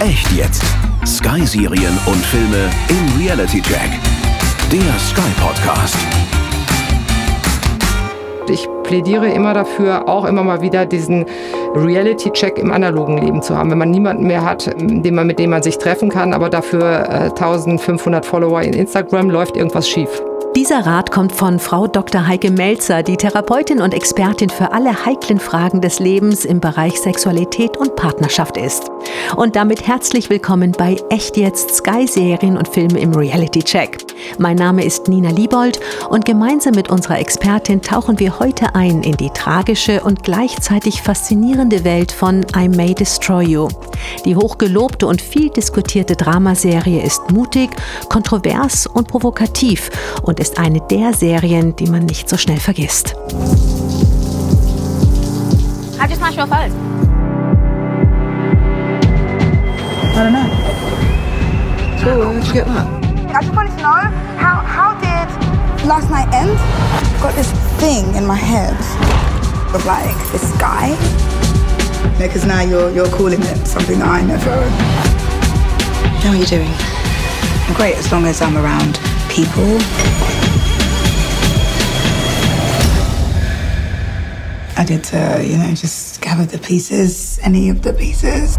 Echt jetzt? Sky-Serien und Filme im Reality-Check. Der Sky-Podcast. Ich plädiere immer dafür, auch immer mal wieder diesen Reality-Check im analogen Leben zu haben. Wenn man niemanden mehr hat, mit dem man sich treffen kann, aber dafür 1500 Follower in Instagram, läuft irgendwas schief. Dieser Rat kommt von Frau Dr. Heike Melzer, die Therapeutin und Expertin für alle heiklen Fragen des Lebens im Bereich Sexualität und Partnerschaft ist. Und damit herzlich willkommen bei Echt jetzt, Sky-Serien und Filme im Reality-Check. Mein Name ist Nina Liebold und gemeinsam mit unserer Expertin tauchen wir heute ein in die tragische und gleichzeitig faszinierende Welt von I May Destroy You. Die hochgelobte und viel diskutierte Dramaserie ist mutig, kontrovers und provokativ und ist eine der Serien, die man nicht so schnell vergisst. How'd you smash your phone? I don't know. So, where'd you get that? I just wanted to know, how did last night end? I've got this thing in my head of like this guy. Because now you're calling it something that I never. How are you doing? I'm great as long as I'm around people. I did just gather the pieces, any of the pieces.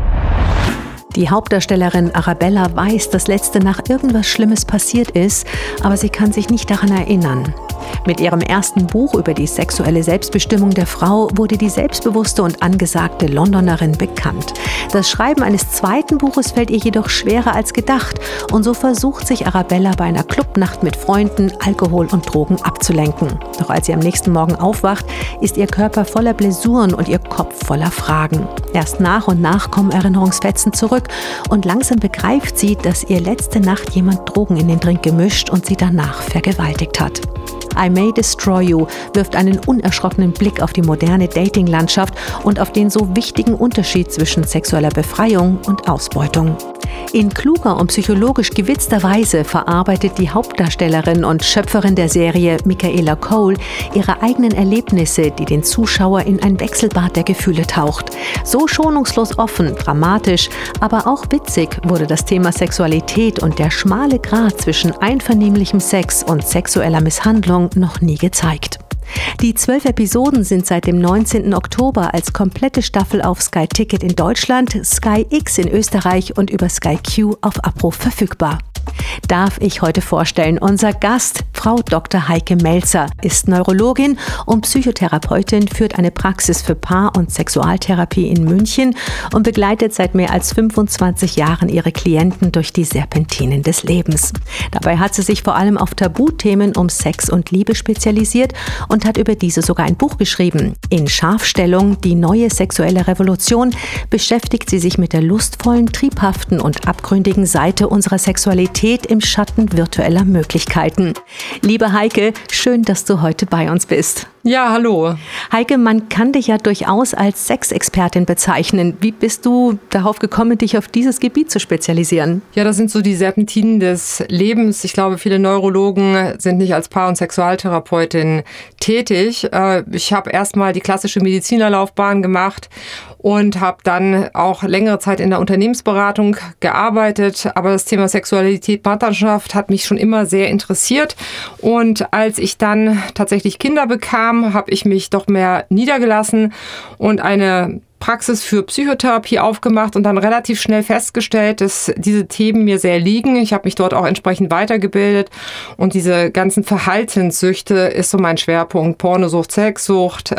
Die Hauptdarstellerin Arabella weiß, dass letzte Nacht irgendwas Schlimmes passiert ist, aber sie kann sich nicht daran erinnern. Mit ihrem ersten Buch über die sexuelle Selbstbestimmung der Frau wurde die selbstbewusste und angesagte Londonerin bekannt. Das Schreiben eines zweiten Buches fällt ihr jedoch schwerer als gedacht und so versucht sich Arabella bei einer Clubnacht mit Freunden, Alkohol und Drogen abzulenken. Doch als sie am nächsten Morgen aufwacht, ist ihr Körper voller Blessuren und ihr Kopf voller Fragen. Erst nach und nach kommen Erinnerungsfetzen zurück und langsam begreift sie, dass ihr letzte Nacht jemand Drogen in den Drink gemischt und sie danach vergewaltigt hat. I May Destroy You wirft einen unerschrockenen Blick auf die moderne Dating-Landschaft und auf den so wichtigen Unterschied zwischen sexueller Befreiung und Ausbeutung. In kluger und psychologisch gewitzter Weise verarbeitet die Hauptdarstellerin und Schöpferin der Serie Michaela Coel ihre eigenen Erlebnisse, die den Zuschauer in ein Wechselbad der Gefühle taucht. So schonungslos offen, dramatisch, aber auch witzig wurde das Thema Sexualität und der schmale Grat zwischen einvernehmlichem Sex und sexueller Misshandlung noch nie gezeigt. Die 12 Episoden sind seit dem 19. Oktober als komplette Staffel auf Sky Ticket in Deutschland, Sky X in Österreich und über Sky Q auf Abruf verfügbar. Darf ich heute vorstellen, unser Gast, Frau Dr. Heike Melzer, ist Neurologin und Psychotherapeutin, führt eine Praxis für Paar- und Sexualtherapie in München und begleitet seit mehr als 25 Jahren ihre Klienten durch die Serpentinen des Lebens. Dabei hat sie sich vor allem auf Tabuthemen um Sex und Liebe spezialisiert und hat über diese sogar ein Buch geschrieben. In Scharfstellung, die neue sexuelle Revolution, beschäftigt sie sich mit der lustvollen, triebhaften und abgründigen Seite unserer Sexualität im Schatten virtueller Möglichkeiten. Liebe Heike, schön, dass du heute bei uns bist. Ja, hallo. Heike, man kann dich ja durchaus als Sexexpertin bezeichnen. Wie bist du darauf gekommen, dich auf dieses Gebiet zu spezialisieren? Ja, das sind so die Serpentinen des Lebens. Ich glaube, viele Neurologen sind nicht als Paar- und Sexualtherapeutin tätig. Ich habe erstmal die klassische Medizinerlaufbahn gemacht und habe dann auch längere Zeit in der Unternehmensberatung gearbeitet. Aber das Thema Sexualität, Partnerschaft hat mich schon immer sehr interessiert. Und als ich dann tatsächlich Kinder bekam, habe ich mich doch mehr niedergelassen und eine Praxis für Psychotherapie aufgemacht und dann relativ schnell festgestellt, dass diese Themen mir sehr liegen. Ich habe mich dort auch entsprechend weitergebildet und diese ganzen Verhaltenssüchte ist so mein Schwerpunkt. Pornosucht, Sexsucht,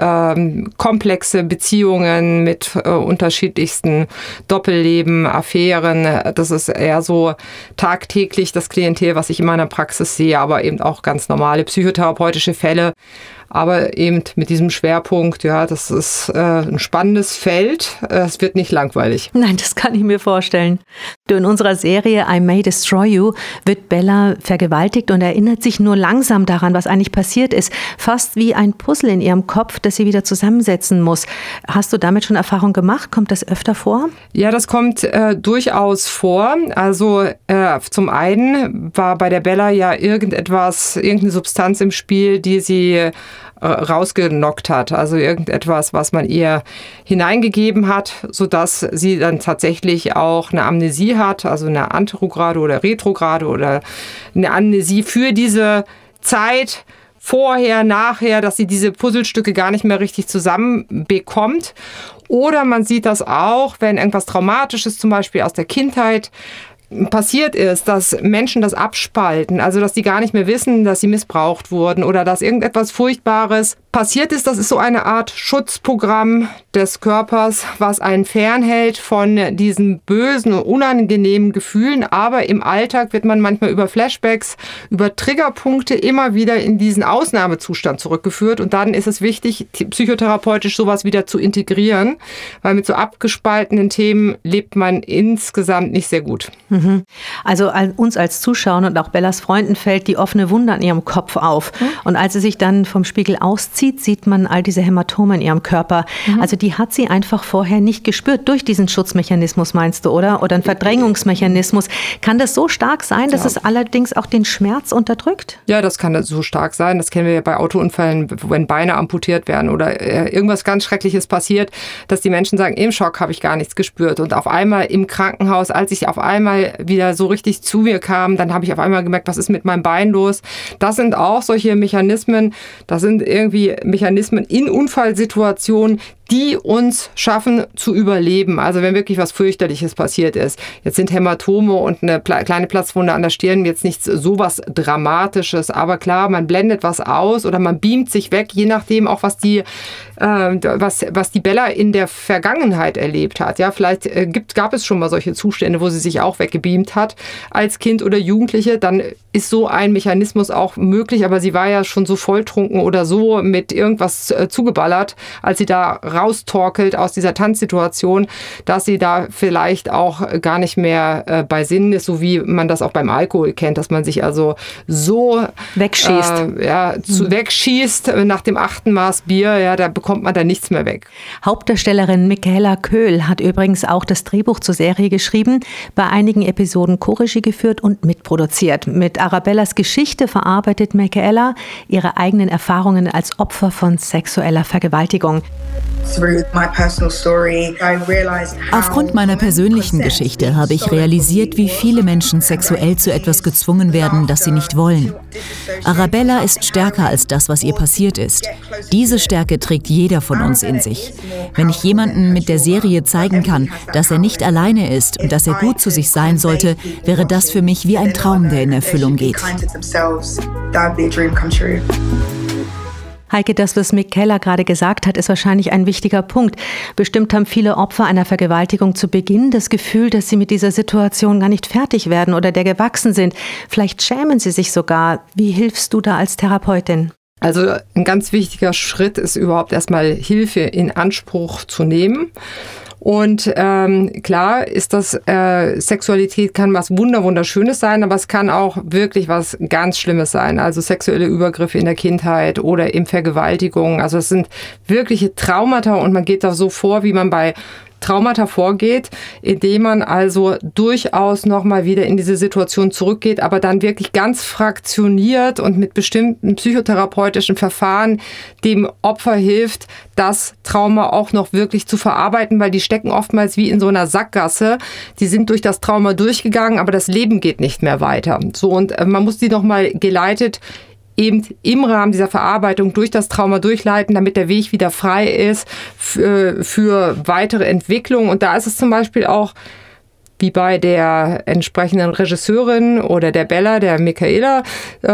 komplexe Beziehungen mit unterschiedlichsten Doppelleben, Affären. Das ist eher so tagtäglich das Klientel, was ich in meiner Praxis sehe, aber eben auch ganz normale psychotherapeutische Fälle. Aber eben mit diesem Schwerpunkt, ja, das ist ein spannendes Feld. Es wird nicht langweilig. Nein, das kann ich mir vorstellen. In unserer Serie I May Destroy You wird Bella vergewaltigt und erinnert sich nur langsam daran, was eigentlich passiert ist. Fast wie ein Puzzle in ihrem Kopf, das sie wieder zusammensetzen muss. Hast du damit schon Erfahrung gemacht? Kommt das öfter vor? Ja, das kommt durchaus vor. Also zum einen war bei der Bella ja irgendeine Substanz im Spiel, die sie rausgenockt hat. Also irgendetwas, was man ihr hineingegeben hat, sodass sie dann tatsächlich auch eine Amnesie hat, also eine anterograde oder retrograde oder eine Amnesie für diese Zeit vorher, nachher, dass sie diese Puzzlestücke gar nicht mehr richtig zusammenbekommt. Oder man sieht das auch, wenn irgendwas Traumatisches zum Beispiel aus der Kindheit passiert ist, dass Menschen das abspalten, also dass die gar nicht mehr wissen, dass sie missbraucht wurden oder dass irgendetwas Furchtbares passiert ist. Das ist so eine Art Schutzprogramm des Körpers, was einen fernhält von diesen bösen und unangenehmen Gefühlen. Aber im Alltag wird man manchmal über Flashbacks, über Triggerpunkte immer wieder in diesen Ausnahmezustand zurückgeführt. Und dann ist es wichtig, psychotherapeutisch sowas wieder zu integrieren, weil mit so abgespaltenen Themen lebt man insgesamt nicht sehr gut. Also uns als Zuschauern und auch Bellas Freunden fällt die offene Wunde an ihrem Kopf auf. Und als sie sich dann vom Spiegel auszieht, sieht man all diese Hämatome in ihrem Körper. Also die hat sie einfach vorher nicht gespürt durch diesen Schutzmechanismus, meinst du, oder? Oder einen Verdrängungsmechanismus. Kann das so stark sein, dass es allerdings auch den Schmerz unterdrückt? Ja, das kann so stark sein. Das kennen wir ja bei Autounfällen, wenn Beine amputiert werden oder irgendwas ganz Schreckliches passiert, dass die Menschen sagen, im Schock habe ich gar nichts gespürt. Und auf einmal im Krankenhaus, als ich auf einmal wieder so richtig zu mir kam, dann habe ich auf einmal gemerkt, was ist mit meinem Bein los? Das sind auch solche Mechanismen, das sind irgendwie Mechanismen in Unfallsituationen, die uns schaffen zu überleben. Also wenn wirklich was Fürchterliches passiert ist. Jetzt sind Hämatome und eine kleine Platzwunde an der Stirn jetzt nichts so was Dramatisches. Aber klar, man blendet was aus oder man beamt sich weg, je nachdem auch, was die Bella in der Vergangenheit erlebt hat. Ja, vielleicht gab es schon mal solche Zustände, wo sie sich auch weggebeamt hat als Kind oder Jugendliche. Dann ist so ein Mechanismus auch möglich. Aber sie war ja schon so volltrunken oder so mit irgendwas zugeballert, als sie da raustorkelt aus dieser Tanzsituation, dass sie da vielleicht auch gar nicht mehr bei Sinnen ist, so wie man das auch beim Alkohol kennt, dass man sich also so wegschießt. Wegschießt nach dem 8. Maß Bier, ja, da bekommt man dann nichts mehr weg. Hauptdarstellerin Michaela Köhl hat übrigens auch das Drehbuch zur Serie geschrieben, bei einigen Episoden Co-Regie geführt und mitproduziert. Mit Arabellas Geschichte verarbeitet Michaela ihre eigenen Erfahrungen als Opfer von sexueller Vergewaltigung. Aufgrund meiner persönlichen Geschichte habe ich realisiert, wie viele Menschen sexuell zu etwas gezwungen werden, das sie nicht wollen. Arabella ist stärker als das, was ihr passiert ist. Diese Stärke trägt jeder von uns in sich. Wenn ich jemandem mit der Serie zeigen kann, dass er nicht alleine ist und dass er gut zu sich sein sollte, wäre das für mich wie ein Traum, der in Erfüllung geht. Heike, das, was Michaela gerade gesagt hat, ist wahrscheinlich ein wichtiger Punkt. Bestimmt haben viele Opfer einer Vergewaltigung zu Beginn das Gefühl, dass sie mit dieser Situation gar nicht fertig werden oder der gewachsen sind. Vielleicht schämen sie sich sogar. Wie hilfst du da als Therapeutin? Also ein ganz wichtiger Schritt ist überhaupt erstmal Hilfe in Anspruch zu nehmen. Und klar ist das, Sexualität kann was Wunderschönes sein, aber es kann auch wirklich was ganz Schlimmes sein. Also sexuelle Übergriffe in der Kindheit oder eben Vergewaltigungen. Also es sind wirkliche Traumata und man geht da so vor, wie man bei Traumata vorgeht, indem man also durchaus nochmal wieder in diese Situation zurückgeht, aber dann wirklich ganz fraktioniert und mit bestimmten psychotherapeutischen Verfahren dem Opfer hilft, das Trauma auch noch wirklich zu verarbeiten, weil die stecken oftmals wie in so einer Sackgasse. Die sind durch das Trauma durchgegangen, aber das Leben geht nicht mehr weiter. So, und man muss die nochmal geleitet eben im Rahmen dieser Verarbeitung durch das Trauma durchleiten, damit der Weg wieder frei ist für weitere Entwicklung. Und da ist es zum Beispiel auch, wie bei der entsprechenden Regisseurin oder der Bella, der Michaela,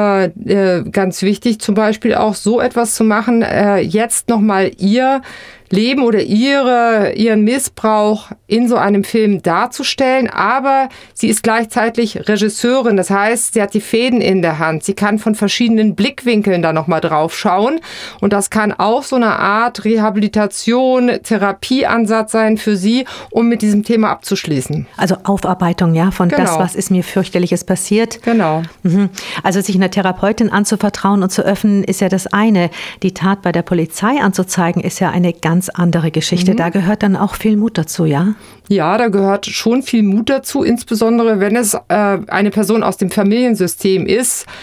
ganz wichtig, zum Beispiel auch so etwas zu machen, jetzt nochmal ihr Leben oder ihren Missbrauch in so einem Film darzustellen, aber sie ist gleichzeitig Regisseurin, das heißt, sie hat die Fäden in der Hand, sie kann von verschiedenen Blickwinkeln da nochmal drauf schauen und das kann auch so eine Art Rehabilitation, Therapieansatz sein für sie, um mit diesem Thema abzuschließen. Also Aufarbeitung, ja, von das, was ist mir fürchterliches passiert. Genau. Also sich einer Therapeutin anzuvertrauen und zu öffnen, ist ja das eine. Die Tat bei der Polizei anzuzeigen, ist ja eine ganz andere Geschichte. Da gehört dann auch viel Mut dazu, ja? Ja, da gehört schon viel Mut dazu, insbesondere wenn es eine Person aus dem Familiensystem ist,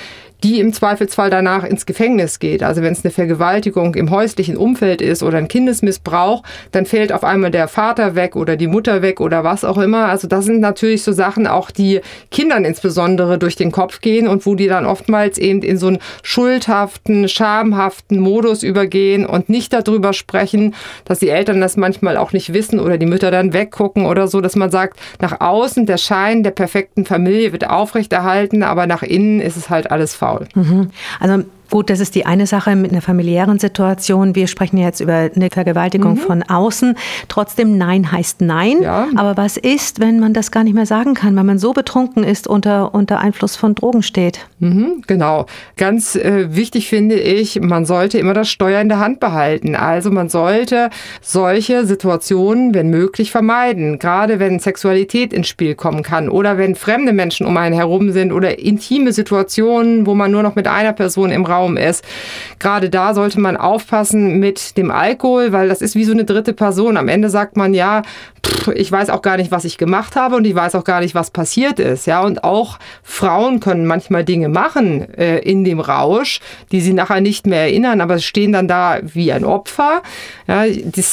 die im Zweifelsfall danach ins Gefängnis geht. Also wenn es eine Vergewaltigung im häuslichen Umfeld ist oder ein Kindesmissbrauch, dann fällt auf einmal der Vater weg oder die Mutter weg oder was auch immer. Also das sind natürlich so Sachen auch, die Kindern insbesondere durch den Kopf gehen und wo die dann oftmals eben in so einen schuldhaften, schamhaften Modus übergehen und nicht darüber sprechen, dass die Eltern das manchmal auch nicht wissen oder die Mütter dann weggucken oder so, dass man sagt, nach außen der Schein der perfekten Familie wird aufrechterhalten, aber nach innen ist es halt alles faul. Also gut, das ist die eine Sache mit einer familiären Situation. Wir sprechen jetzt über eine Vergewaltigung von außen. Trotzdem, Nein heißt Nein. Ja. Aber was ist, wenn man das gar nicht mehr sagen kann, weil man so betrunken ist, unter Einfluss von Drogen steht? Genau. Ganz wichtig finde ich, man sollte immer das Steuer in der Hand behalten. Also man sollte solche Situationen, wenn möglich, vermeiden. Gerade wenn Sexualität ins Spiel kommen kann oder wenn fremde Menschen um einen herum sind oder intime Situationen, wo man nur noch mit einer Person im Raum ist. Gerade da sollte man aufpassen mit dem Alkohol, weil das ist wie so eine dritte Person. Am Ende sagt man, ja, ich weiß auch gar nicht, was ich gemacht habe und ich weiß auch gar nicht, was passiert ist. Ja, und auch Frauen können manchmal Dinge machen in dem Rausch, die sie nachher nicht mehr erinnern, aber stehen dann da wie ein Opfer. Ja,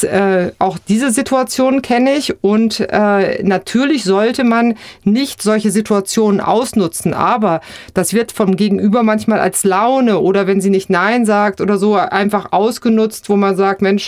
auch diese Situation kenne ich und natürlich sollte man nicht solche Situationen ausnutzen, aber das wird vom Gegenüber manchmal als Laune oder wenn sie nicht Nein sagt oder so einfach ausgenutzt, wo man sagt, Mensch,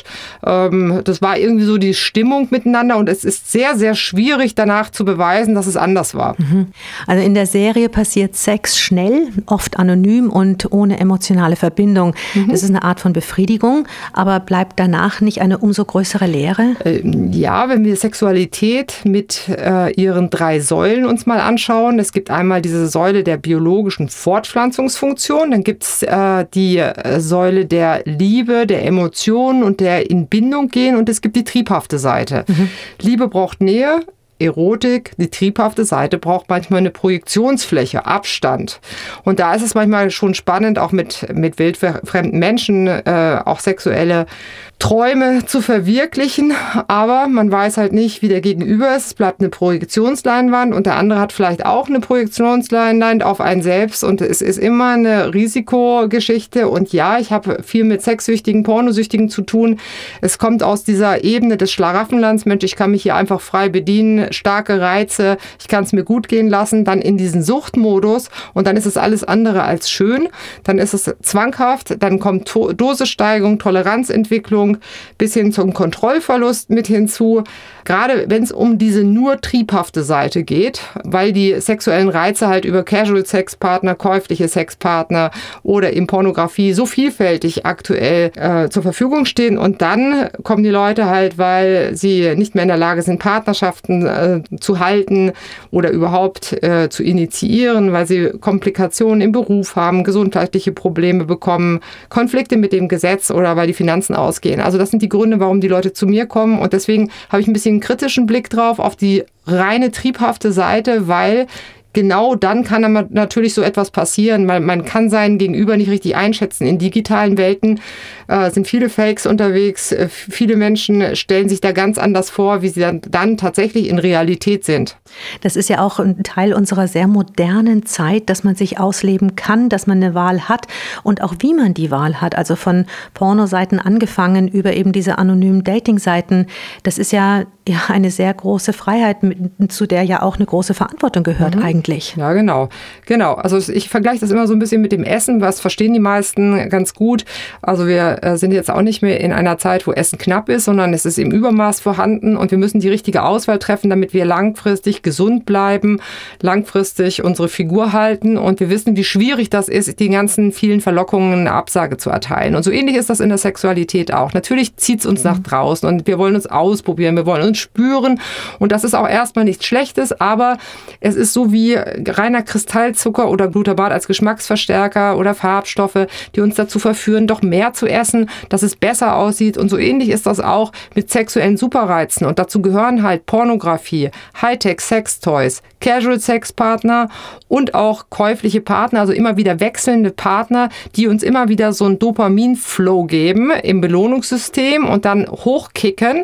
das war irgendwie so die Stimmung miteinander und es ist sehr, sehr schwierig danach zu beweisen, dass es anders war. Also in der Serie passiert Sex schnell, oft anonym und ohne emotionale Verbindung. Das ist eine Art von Befriedigung, aber bleibt danach nicht eine umso größere Leere? Ja, wenn wir Sexualität mit ihren 3 Säulen uns mal anschauen. Es gibt einmal diese Säule der biologischen Fortpflanzungsfunktion, dann gibt es die Säule der Liebe, der Emotionen und der in Bindung gehen und es gibt die triebhafte Seite. Liebe braucht Nähe, Erotik, die triebhafte Seite braucht manchmal eine Projektionsfläche, Abstand. Und da ist es manchmal schon spannend, auch mit wildfremden Menschen auch sexuelle Träume zu verwirklichen, aber man weiß halt nicht, wie der Gegenüber ist. Es bleibt eine Projektionsleinwand und der andere hat vielleicht auch eine Projektionsleinwand auf einen selbst und es ist immer eine Risikogeschichte und ja, ich habe viel mit Sexsüchtigen, Pornosüchtigen zu tun. Es kommt aus dieser Ebene des Schlaraffenlands, Mensch, ich kann mich hier einfach frei bedienen, starke Reize, ich kann es mir gut gehen lassen, dann in diesen Suchtmodus und dann ist es alles andere als schön, dann ist es zwanghaft, dann kommt Dosissteigerung, Toleranzentwicklung, bis hin zum Kontrollverlust mit hinzu. Gerade wenn es um diese nur triebhafte Seite geht, weil die sexuellen Reize halt über Casual-Sexpartner, käufliche Sexpartner oder in Pornografie so vielfältig aktuell zur Verfügung stehen. Und dann kommen die Leute halt, weil sie nicht mehr in der Lage sind, Partnerschaften zu halten oder überhaupt zu initiieren, weil sie Komplikationen im Beruf haben, gesundheitliche Probleme bekommen, Konflikte mit dem Gesetz oder weil die Finanzen ausgehen. Also das sind die Gründe, warum die Leute zu mir kommen und deswegen habe ich ein bisschen einen kritischen Blick drauf auf die reine triebhafte Seite, weil genau dann kann dann natürlich so etwas passieren, weil man kann seinen Gegenüber nicht richtig einschätzen. In digitalen Welten sind viele Fakes unterwegs. Viele Menschen stellen sich da ganz anders vor, wie sie dann tatsächlich in Realität sind. Das ist ja auch ein Teil unserer sehr modernen Zeit, dass man sich ausleben kann, dass man eine Wahl hat und auch wie man die Wahl hat. Also von Pornoseiten angefangen über eben diese anonymen Dating-Seiten. Das ist ja eine sehr große Freiheit, zu der ja auch eine große Verantwortung gehört eigentlich. Ja, genau. Also ich vergleiche das immer so ein bisschen mit dem Essen. Was verstehen die meisten ganz gut? Also wir sind jetzt auch nicht mehr in einer Zeit, wo Essen knapp ist, sondern es ist im Übermaß vorhanden und wir müssen die richtige Auswahl treffen, damit wir langfristig gesund bleiben, langfristig unsere Figur halten und wir wissen, wie schwierig das ist, die ganzen vielen Verlockungen eine Absage zu erteilen. Und so ähnlich ist das in der Sexualität auch. Natürlich zieht es uns nach draußen und wir wollen uns ausprobieren, wir wollen uns spüren und das ist auch erstmal nichts Schlechtes, aber es ist so wie reiner Kristallzucker oder Glutamat als Geschmacksverstärker oder Farbstoffe, die uns dazu verführen, doch mehr zu essen, dass es besser aussieht und so ähnlich ist das auch mit sexuellen Superreizen und dazu gehören halt Pornografie, Hightech-Sextoys, Casual-Sexpartner und auch käufliche Partner, also immer wieder wechselnde Partner, die uns immer wieder so einen Dopamin-Flow geben im Belohnungssystem und dann hochkicken.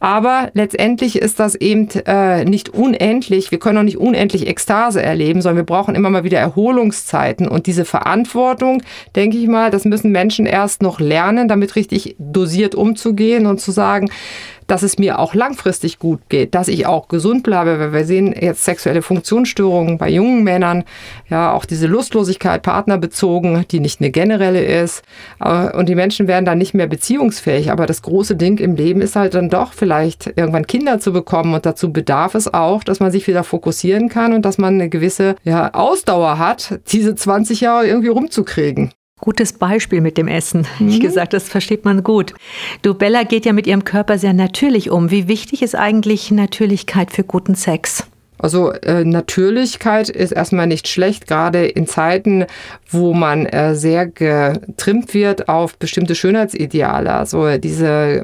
Aber letztendlich ist das eben nicht unendlich. Wir können auch nicht unendlich Ekstase erleben, sondern wir brauchen immer mal wieder Erholungszeiten. Und diese Verantwortung, denke ich mal, das müssen Menschen erst noch lernen, damit richtig dosiert umzugehen und zu sagen, dass es mir auch langfristig gut geht, dass ich auch gesund bleibe, weil wir sehen jetzt sexuelle Funktionsstörungen bei jungen Männern, ja auch diese Lustlosigkeit partnerbezogen, die nicht eine generelle ist, und die Menschen werden dann nicht mehr beziehungsfähig, aber das große Ding im Leben ist halt dann doch vielleicht irgendwann Kinder zu bekommen und dazu bedarf es auch, dass man sich wieder fokussieren kann und dass man eine gewisse Ausdauer hat, diese 20 Jahre irgendwie rumzukriegen. Gutes Beispiel mit dem Essen. Ich gesagt, das versteht man gut. Du, Bella geht ja mit ihrem Körper sehr natürlich um. Wie wichtig ist eigentlich Natürlichkeit für guten Sex? Also Natürlichkeit ist erstmal nicht schlecht, gerade in Zeiten, wo man sehr getrimmt wird auf bestimmte Schönheitsideale. Also diese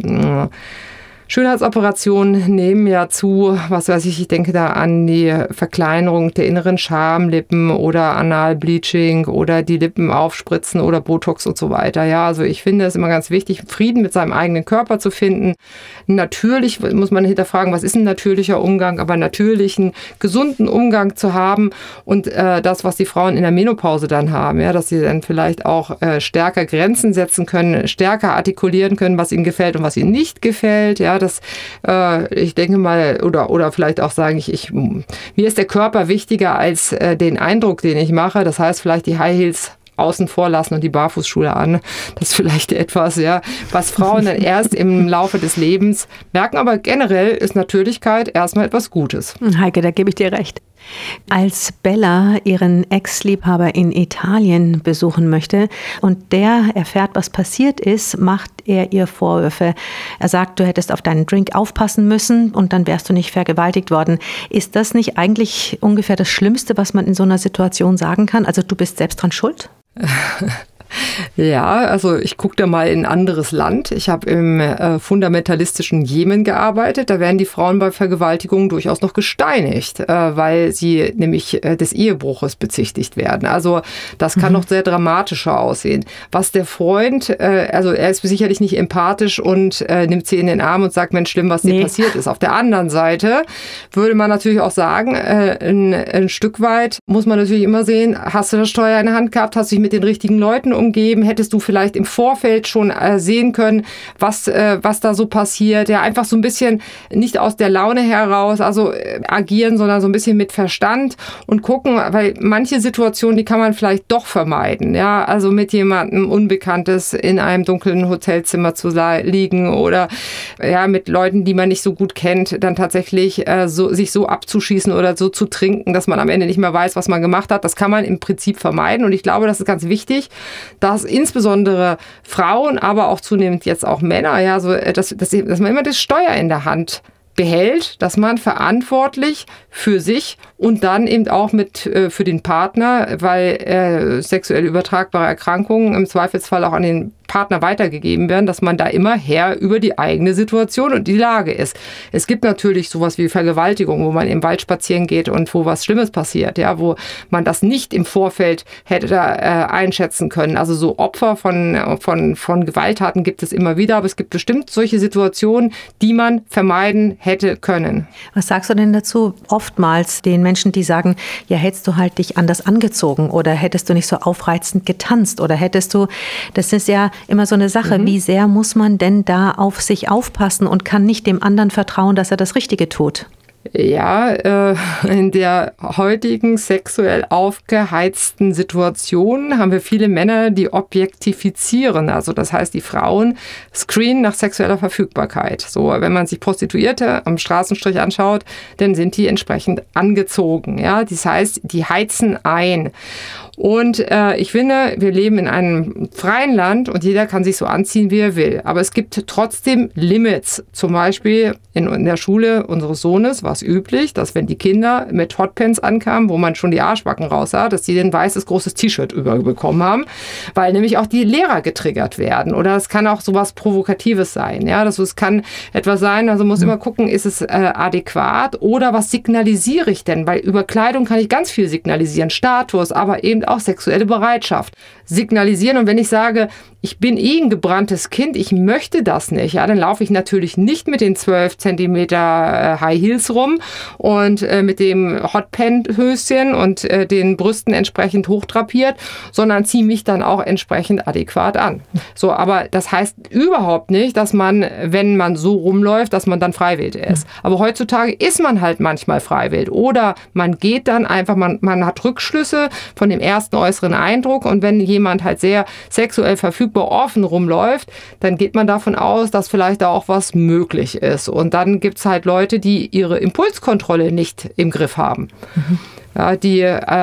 Schönheitsoperationen nehmen ja zu, was weiß ich denke da an die Verkleinerung der inneren Schamlippen oder Analbleaching oder die Lippen aufspritzen oder Botox und so weiter. Ja, also ich finde es immer ganz wichtig, Frieden mit seinem eigenen Körper zu finden. Natürlich muss man hinterfragen, was ist ein natürlicher Umgang, aber natürlichen, gesunden Umgang zu haben und das, was die Frauen in der Menopause dann haben, ja, dass sie dann vielleicht auch stärker Grenzen setzen können, stärker artikulieren können, was ihnen gefällt und was ihnen nicht gefällt, ja, dass ich denke mal, oder vielleicht auch sagen, mir ist der Körper wichtiger als den Eindruck, den ich mache. Das heißt, vielleicht die High Heels außen vor lassen und die Barfußschuhe an. Das ist vielleicht etwas, ja, was Frauen dann erst im Laufe des Lebens merken. Aber generell ist Natürlichkeit erstmal etwas Gutes. Heike, da gebe ich dir recht. Als Bella ihren Ex-Liebhaber in Italien besuchen möchte und der erfährt, was passiert ist, macht er ihr Vorwürfe. Er sagt, du hättest auf deinen Drink aufpassen müssen und dann wärst du nicht vergewaltigt worden. Ist das nicht eigentlich ungefähr das Schlimmste, was man in so einer Situation sagen kann? Also du bist selbst dran schuld? Ja, also ich gucke da mal in ein anderes Land. Ich habe im fundamentalistischen Jemen gearbeitet. Da werden die Frauen bei Vergewaltigungen durchaus noch gesteinigt, weil sie nämlich des Ehebruches bezichtigt werden. Also das kann noch sehr dramatischer aussehen. Was der Freund, also er ist sicherlich nicht empathisch und nimmt sie in den Arm und sagt, Mensch, schlimm, was dir passiert ist. Auf der anderen Seite würde man natürlich auch sagen, ein Stück weit muss man natürlich immer sehen, hast du das Steuer in der Hand gehabt, hast du dich mit den richtigen Leuten umgeben, hättest du vielleicht im Vorfeld schon sehen können, was da so passiert. Ja, einfach so ein bisschen nicht aus der Laune heraus, also agieren, sondern so ein bisschen mit Verstand und gucken, weil manche Situationen, die kann man vielleicht doch vermeiden. Ja, also mit jemandem Unbekanntes in einem dunklen Hotelzimmer zu liegen oder ja, mit Leuten, die man nicht so gut kennt, dann tatsächlich sich so abzuschießen oder so zu trinken, dass man am Ende nicht mehr weiß, was man gemacht hat. Das kann man im Prinzip vermeiden und ich glaube, das ist ganz wichtig, dass insbesondere Frauen, aber auch zunehmend jetzt auch Männer, ja, so, dass man immer das Steuer in der Hand behält, dass man verantwortlich für sich und dann eben auch für den Partner, weil sexuell übertragbare Erkrankungen im Zweifelsfall auch an den Partner weitergegeben werden, dass man da immer Herr über die eigene Situation und die Lage ist. Es gibt natürlich sowas wie Vergewaltigung, wo man im Wald spazieren geht und wo was Schlimmes passiert, ja, wo man das nicht im Vorfeld hätte einschätzen können. Also so Opfer von Gewalttaten gibt es immer wieder, aber es gibt bestimmt solche Situationen, die man vermeiden hätte können. Was sagst du denn dazu oftmals den Menschen, die sagen, ja, hättest du halt dich anders angezogen oder hättest du nicht so aufreizend getanzt oder das ist ja immer so eine Sache, wie sehr muss man denn da auf sich aufpassen und kann nicht dem anderen vertrauen, dass er das Richtige tut? Ja, in der heutigen sexuell aufgeheizten Situation haben wir viele Männer, die objektifizieren. Also das heißt, die Frauen screenen nach sexueller Verfügbarkeit. So, wenn man sich Prostituierte am Straßenstrich anschaut, dann sind die entsprechend angezogen. Ja, das heißt, die heizen ein. Und ich finde, wir leben in einem freien Land und jeder kann sich so anziehen, wie er will. Aber es gibt trotzdem Limits. Zum Beispiel in der Schule unseres Sohnes war es üblich, dass wenn die Kinder mit Hotpants ankamen, wo man schon die Arschbacken raus sah, dass die ein weißes, großes T-Shirt überbekommen haben, weil nämlich auch die Lehrer getriggert werden. Oder es kann auch sowas Provokatives sein. Ja, es kann etwas sein, also muss immer gucken, ist es adäquat oder was signalisiere ich denn? Weil über Kleidung kann ich ganz viel signalisieren, Status, aber eben auch sexuelle Bereitschaft signalisieren. Und wenn ich sage, ich bin ein gebranntes Kind, ich möchte das nicht. Ja, dann laufe ich natürlich nicht mit den 12 Zentimeter High Heels rum und mit dem Hotpant-Höschen und den Brüsten entsprechend hochdrapiert, sondern ziehe mich dann auch entsprechend adäquat an. So, aber das heißt überhaupt nicht, dass man, wenn man so rumläuft, dass man dann freiwillig ist. Aber heutzutage ist man halt manchmal freiwillig. Oder man geht dann einfach, man hat Rückschlüsse von dem ersten äußeren Eindruck, und wenn jemand halt sehr sexuell verfügbar offen rumläuft, dann geht man davon aus, dass vielleicht da auch was möglich ist. Und dann gibt es halt Leute, die ihre Impulskontrolle nicht im Griff haben. Ja, die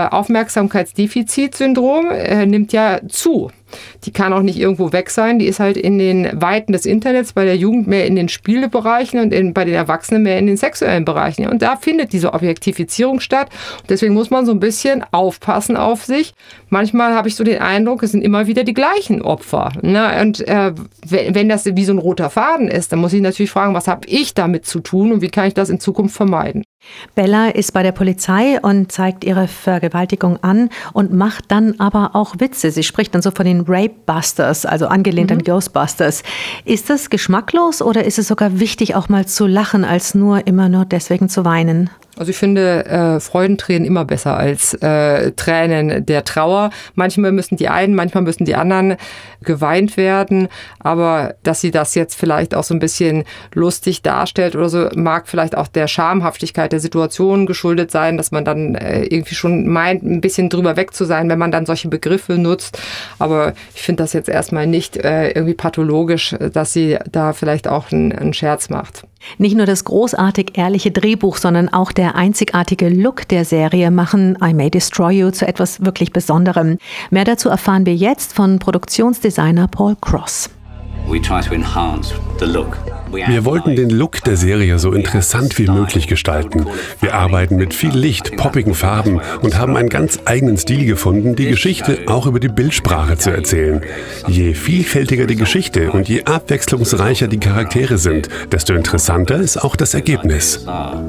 Aufmerksamkeitsdefizitsyndrom nimmt ja zu. Die kann auch nicht irgendwo weg sein. Die ist halt in den Weiten des Internets, bei der Jugend mehr in den Spielebereichen und bei den Erwachsenen mehr in den sexuellen Bereichen. Und da findet diese Objektifizierung statt. Und deswegen muss man so ein bisschen aufpassen auf sich. Manchmal habe ich so den Eindruck, es sind immer wieder die gleichen Opfer. Ne? Und wenn das wie so ein roter Faden ist, dann muss ich natürlich fragen, was habe ich damit zu tun und wie kann ich das in Zukunft vermeiden? Bella ist bei der Polizei und zeigt ihre Vergewaltigung an und macht dann aber auch Witze. Sie spricht dann so von den Rape-Busters, also angelehnt an Ghostbusters. Ist das geschmacklos oder ist es sogar wichtig, auch mal zu lachen, als immer nur deswegen zu weinen? Also ich finde Freudentränen immer besser als Tränen der Trauer. Manchmal müssen die einen, manchmal müssen die anderen geweint werden. Aber dass sie das jetzt vielleicht auch so ein bisschen lustig darstellt oder so, mag vielleicht auch der Schamhaftigkeit der Situation geschuldet sein, dass man dann irgendwie schon meint, ein bisschen drüber weg zu sein, wenn man dann solche Begriffe nutzt. Aber ich finde das jetzt erstmal nicht irgendwie pathologisch, dass sie da vielleicht auch einen Scherz macht. Nicht nur das großartig ehrliche Drehbuch, sondern auch der einzigartige Look der Serie machen I May Destroy You zu etwas wirklich Besonderem. Mehr dazu erfahren wir jetzt von Produktionsdesigner Paul Cross. Wir wollten den Look der Serie so interessant wie möglich gestalten. Wir arbeiten mit viel Licht, poppigen Farben und haben einen ganz eigenen Stil gefunden, die Geschichte auch über die Bildsprache zu erzählen. Je vielfältiger die Geschichte und je abwechslungsreicher die Charaktere sind, desto interessanter ist auch das Ergebnis.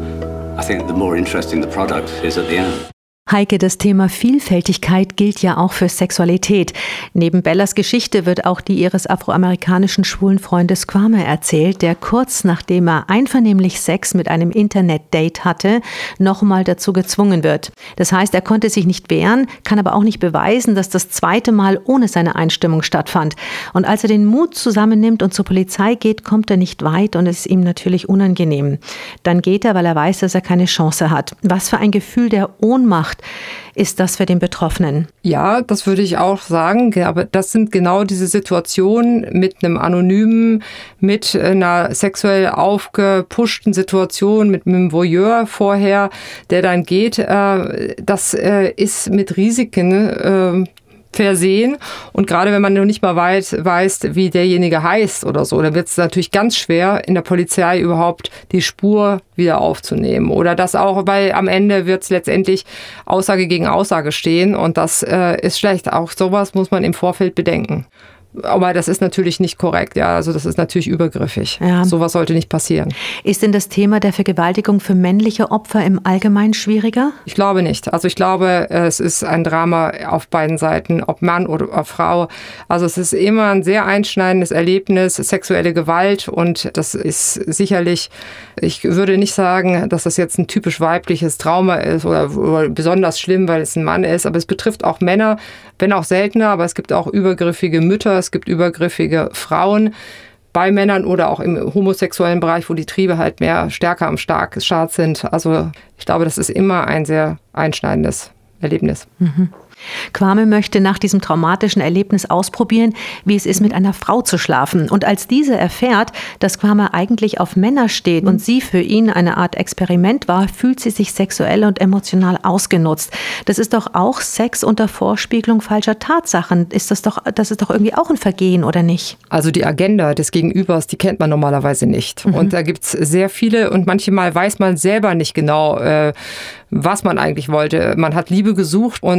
Heike, das Thema Vielfältigkeit gilt ja auch für Sexualität. Neben Bellas Geschichte wird auch die ihres afroamerikanischen schwulen Freundes Kwame erzählt, der kurz nachdem er einvernehmlich Sex mit einem Internet-Date hatte, nochmal dazu gezwungen wird. Das heißt, er konnte sich nicht wehren, kann aber auch nicht beweisen, dass das zweite Mal ohne seine Einstimmung stattfand. Und als er den Mut zusammennimmt und zur Polizei geht, kommt er nicht weit und es ist ihm natürlich unangenehm. Dann geht er, weil er weiß, dass er keine Chance hat. Was für ein Gefühl der Ohnmacht ist das für den Betroffenen? Ja, das würde ich auch sagen. Aber das sind genau diese Situationen mit einem Anonymen, mit einer sexuell aufgepushten Situation, mit einem Voyeur vorher, der dann geht. Das ist mit Risiken versehen. Und gerade wenn man noch nicht mal weiß, wie derjenige heißt oder so, dann wird es natürlich ganz schwer, in der Polizei überhaupt die Spur wieder aufzunehmen. Oder das auch, weil am Ende wird es letztendlich Aussage gegen Aussage stehen und das ist schlecht. Auch sowas muss man im Vorfeld bedenken. Aber das ist natürlich nicht korrekt, ja. Also das ist natürlich übergriffig. Ja. Sowas sollte nicht passieren. Ist denn das Thema der Vergewaltigung für männliche Opfer im Allgemeinen schwieriger? Ich glaube nicht. Also ich glaube, es ist ein Drama auf beiden Seiten, ob Mann oder Frau. Also es ist immer ein sehr einschneidendes Erlebnis, sexuelle Gewalt, und das ist sicherlich, ich würde nicht sagen, dass das jetzt ein typisch weibliches Trauma ist oder besonders schlimm, weil es ein Mann ist, aber es betrifft auch Männer, wenn auch seltener, aber es gibt auch übergriffige Mütter, es gibt übergriffige Frauen bei Männern oder auch im homosexuellen Bereich, wo die Triebe halt stärker am Start sind. Also ich glaube, das ist immer ein sehr einschneidendes Erlebnis. Mhm. Kwame möchte nach diesem traumatischen Erlebnis ausprobieren, wie es ist, mit einer Frau zu schlafen. Und als diese erfährt, dass Kwame eigentlich auf Männer steht und sie für ihn eine Art Experiment war, fühlt sie sich sexuell und emotional ausgenutzt. Das ist doch auch Sex unter Vorspiegelung falscher Tatsachen. Das ist doch irgendwie auch ein Vergehen, oder nicht? Also die Agenda des Gegenübers, die kennt man normalerweise nicht. Und da gibt es sehr viele und manchmal weiß man selber nicht genau, was man eigentlich wollte. Man hat Liebe gesucht und hat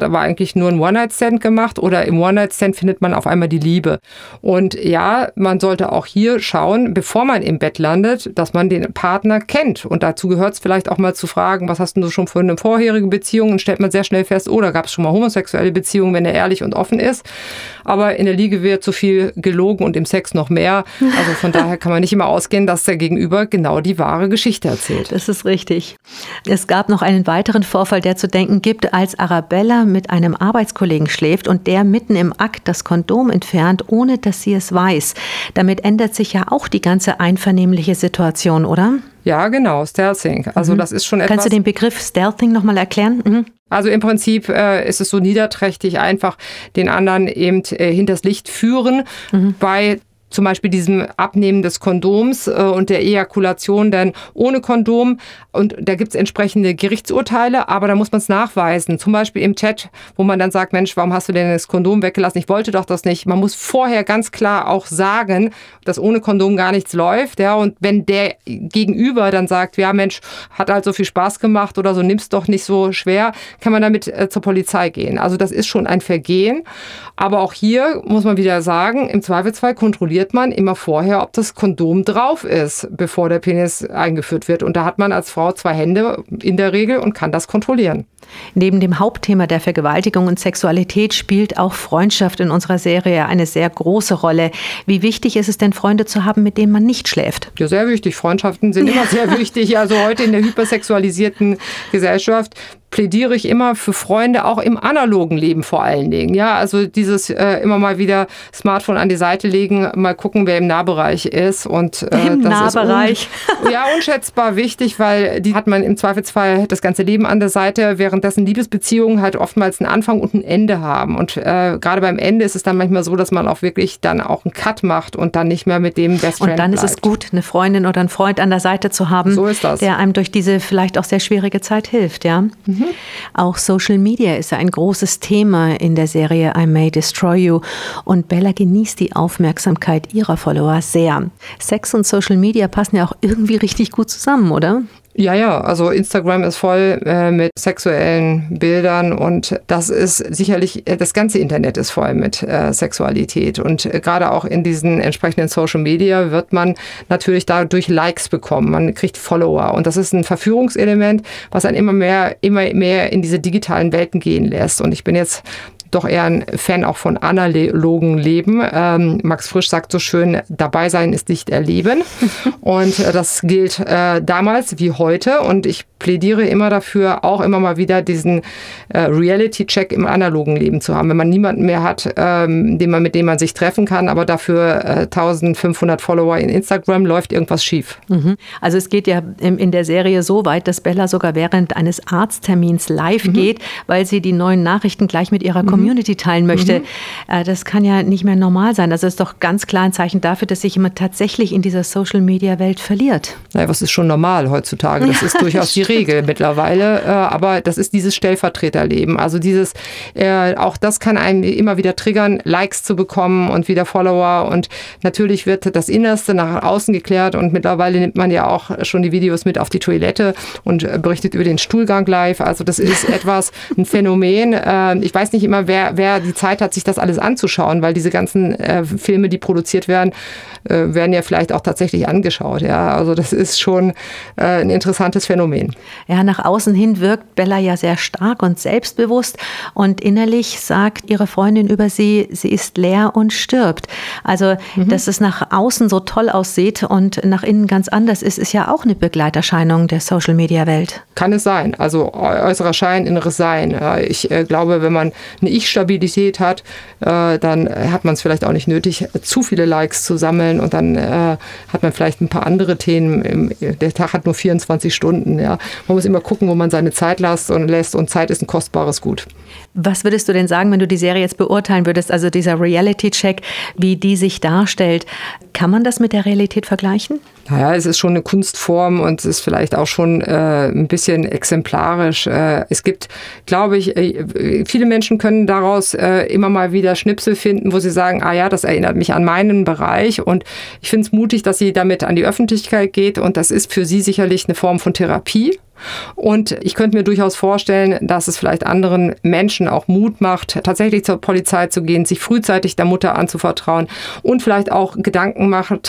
aber eigentlich nur einen One-Night-Stand gemacht oder im One-Night-Stand findet man auf einmal die Liebe. Und ja, man sollte auch hier schauen, bevor man im Bett landet, dass man den Partner kennt. Und dazu gehört es vielleicht auch mal zu fragen, was hast du schon für eine vorherige Beziehung? Und stellt man sehr schnell fest, da gab es schon mal homosexuelle Beziehungen, wenn er ehrlich und offen ist. Aber in der Liege wird zu viel gelogen und im Sex noch mehr. Also von daher kann man nicht immer ausgehen, dass der Gegenüber genau die wahre Geschichte erzählt. Das ist richtig. Es gab noch einen weiteren Vorfall, der zu denken gibt, als Arabella mit einem Arbeitskollegen schläft und der mitten im Akt das Kondom entfernt, ohne dass sie es weiß. Damit ändert sich ja auch die ganze einvernehmliche Situation, oder? Ja, genau, Stealthing. Also das ist schon etwas... Kannst du den Begriff Stealthing nochmal erklären? Also im Prinzip ist es so niederträchtig, einfach den anderen eben hinters Licht führen bei zum Beispiel diesem Abnehmen des Kondoms und der Ejakulation dann ohne Kondom. Und da gibt es entsprechende Gerichtsurteile, aber da muss man es nachweisen. Zum Beispiel im Chat, wo man dann sagt, Mensch, warum hast du denn das Kondom weggelassen? Ich wollte doch das nicht. Man muss vorher ganz klar auch sagen, dass ohne Kondom gar nichts läuft. Ja? Und wenn der Gegenüber dann sagt, ja Mensch, hat halt so viel Spaß gemacht oder so, nimm's doch nicht so schwer, kann man damit zur Polizei gehen. Also das ist schon ein Vergehen. Aber auch hier muss man wieder sagen, im Zweifelsfall kontrolliert man immer vorher, ob das Kondom drauf ist, bevor der Penis eingeführt wird. Und da hat man als Frau 2 Hände in der Regel und kann das kontrollieren. Neben dem Hauptthema der Vergewaltigung und Sexualität spielt auch Freundschaft in unserer Serie eine sehr große Rolle. Wie wichtig ist es denn, Freunde zu haben, mit denen man nicht schläft? Ja, sehr wichtig. Freundschaften sind immer sehr wichtig. Also heute in der hypersexualisierten Gesellschaft plädiere ich immer für Freunde, auch im analogen Leben vor allen Dingen. Ja, also dieses immer mal wieder Smartphone an die Seite legen, mal gucken, wer im Nahbereich ist. Und, Im Nahbereich? Ist unschätzbar wichtig, weil die hat man im Zweifelsfall das ganze Leben an der Seite, währenddessen Liebesbeziehungen halt oftmals einen Anfang und ein Ende haben. Und gerade beim Ende ist es dann manchmal so, dass man auch wirklich dann auch einen Cut macht und dann nicht mehr mit dem Best Friend Und dann bleibt. Ist es gut, eine Freundin oder einen Freund an der Seite zu haben, so ist das, der einem durch diese vielleicht auch sehr schwierige Zeit hilft. Ja? Auch Social Media ist ja ein großes Thema in der Serie I May Destroy You. Und Bella genießt die Aufmerksamkeit ihrer Follower sehr. Sex und Social Media passen ja auch irgendwie richtig gut zusammen, oder? Ja, also Instagram ist voll mit sexuellen Bildern und das ist sicherlich, das ganze Internet ist voll mit Sexualität und gerade auch in diesen entsprechenden Social Media wird man natürlich dadurch Likes bekommen, man kriegt Follower und das ist ein Verführungselement, was einen immer mehr in diese digitalen Welten gehen lässt und ich bin jetzt doch eher ein Fan auch von analogen Leben. Max Frisch sagt so schön, dabei sein ist nicht erleben. Und das gilt damals wie heute. Und ich plädiere immer dafür, auch immer mal wieder diesen Reality-Check im analogen Leben zu haben. Wenn man niemanden mehr hat, mit dem man sich treffen kann, aber dafür 1500 Follower in Instagram, läuft irgendwas schief. Also es geht ja in der Serie so weit, dass Bella sogar während eines Arzttermins live geht, weil sie die neuen Nachrichten gleich mit ihrer Community teilen möchte. Das kann ja nicht mehr normal sein. Also ist doch ganz klar ein Zeichen dafür, dass sich jemand tatsächlich in dieser Social-Media-Welt verliert. Naja, was ist schon normal heutzutage? Das ist durchaus die Regel mittlerweile. Aber das ist dieses Stellvertreterleben. Also auch das kann einen immer wieder triggern, Likes zu bekommen und wieder Follower. Und natürlich wird das Innerste nach außen geklärt. Und mittlerweile nimmt man ja auch schon die Videos mit auf die Toilette und berichtet über den Stuhlgang live. Also das ist ein Phänomen. Ich weiß nicht immer, wer die Zeit hat, sich das alles anzuschauen, weil diese ganzen Filme, die produziert werden, werden ja vielleicht auch tatsächlich angeschaut. Ja? Also das ist schon ein interessantes Phänomen. Ja, nach außen hin wirkt Bella ja sehr stark und selbstbewusst und innerlich sagt ihre Freundin über sie ist leer und stirbt. Also, dass es nach außen so toll aussieht und nach innen ganz anders ist ja auch eine Begleiterscheinung der Social-Media-Welt. Kann es sein. Also äußerer Schein, inneres Sein. Ich glaube, wenn man eine Ich-Stabilität hat, dann hat man es vielleicht auch nicht nötig, zu viele Likes zu sammeln und dann hat man vielleicht ein paar andere Themen. Der Tag hat nur 24 Stunden. Ja. Man muss immer gucken, wo man seine Zeit lässt und Zeit ist ein kostbares Gut. Was würdest du denn sagen, wenn du die Serie jetzt beurteilen würdest, also dieser Reality-Check, wie die sich darstellt, kann man das mit der Realität vergleichen? Naja, es ist schon eine Kunstform und es ist vielleicht auch schon ein bisschen exemplarisch. Es gibt, glaube ich, viele Menschen können daraus immer mal wieder Schnipsel finden, wo sie sagen, das erinnert mich an meinen Bereich und ich finde es mutig, dass sie damit an die Öffentlichkeit geht und das ist für sie sicherlich eine Form von Therapie. Und ich könnte mir durchaus vorstellen, dass es vielleicht anderen Menschen auch Mut macht, tatsächlich zur Polizei zu gehen, sich frühzeitig der Mutter anzuvertrauen und vielleicht auch Gedanken macht,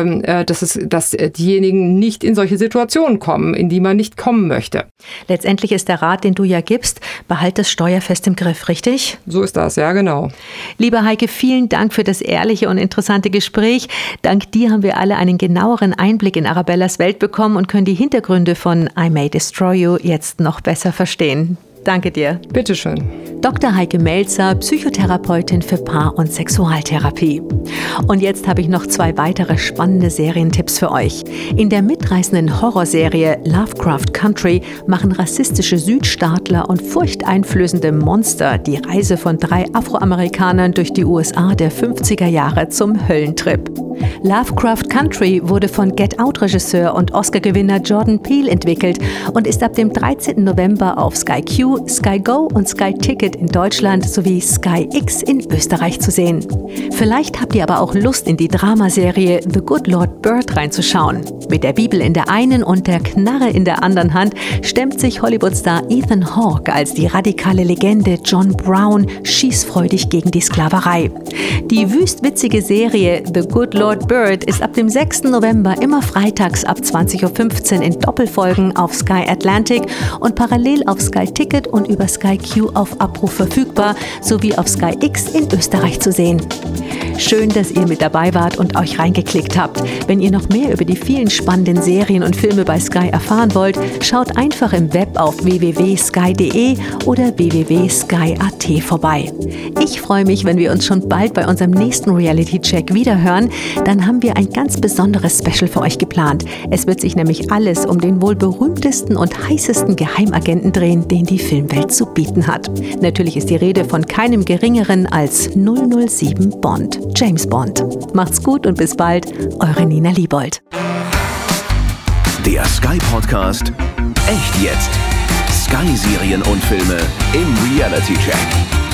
dass diejenigen nicht in solche Situationen kommen, in die man nicht kommen möchte. Letztendlich ist der Rat, den du ja gibst, behalt das Steuer fest im Griff, richtig? So ist das, ja genau. Liebe Heike, vielen Dank für das ehrliche und interessante Gespräch. Dank dir haben wir alle einen genaueren Einblick in Arabellas Welt bekommen und können die Hintergründe von I May Destroy You jetzt noch besser verstehen. Danke dir. Bitteschön. Dr. Heike Melzer, Psychotherapeutin für Paar- und Sexualtherapie. Und jetzt habe ich noch 2 weitere spannende Serientipps für euch. In der mitreißenden Horrorserie Lovecraft Country machen rassistische Südstaatler und furchteinflößende Monster die Reise von 3 Afroamerikanern durch die USA der 50er Jahre zum Höllentrip. Lovecraft Country wurde von Get Out-Regisseur und Oscar-Gewinner Jordan Peele entwickelt und ist ab dem 13. November auf Sky Q, Sky Go und Sky Ticket in Deutschland sowie Sky X in Österreich zu sehen. Vielleicht habt ihr aber auch Lust, in die Dramaserie The Good Lord Bird reinzuschauen. Mit der Bibel in der einen und der Knarre in der anderen Hand stemmt sich Hollywoodstar Ethan Hawke als die radikale Legende John Brown schießfreudig gegen die Sklaverei. Die wüstwitzige Serie The Good Lord Bird ist ab dem 6. November immer freitags ab 20.15 Uhr in Doppelfolgen auf Sky Atlantic und parallel auf Sky Ticket und über Sky Q auf Abruf verfügbar, sowie auf Sky X in Österreich zu sehen. Schön, dass ihr mit dabei wart und euch reingeklickt habt. Wenn ihr noch mehr über die vielen spannenden Serien und Filme bei Sky erfahren wollt, schaut einfach im Web auf www.sky.de oder www.sky.at vorbei. Ich freue mich, wenn wir uns schon bald bei unserem nächsten Reality-Check wiederhören. Dann haben wir ein ganz besonderes Special für euch geplant. Es wird sich nämlich alles um den wohl berühmtesten und heißesten Geheimagenten drehen, den die Filmwelt zu bieten hat. Natürlich ist die Rede von keinem Geringeren als 007 Bond, James Bond. Macht's gut und bis bald, eure Nina Liebold. Der Sky Podcast Echt jetzt. Sky Serien und Filme im Reality Check.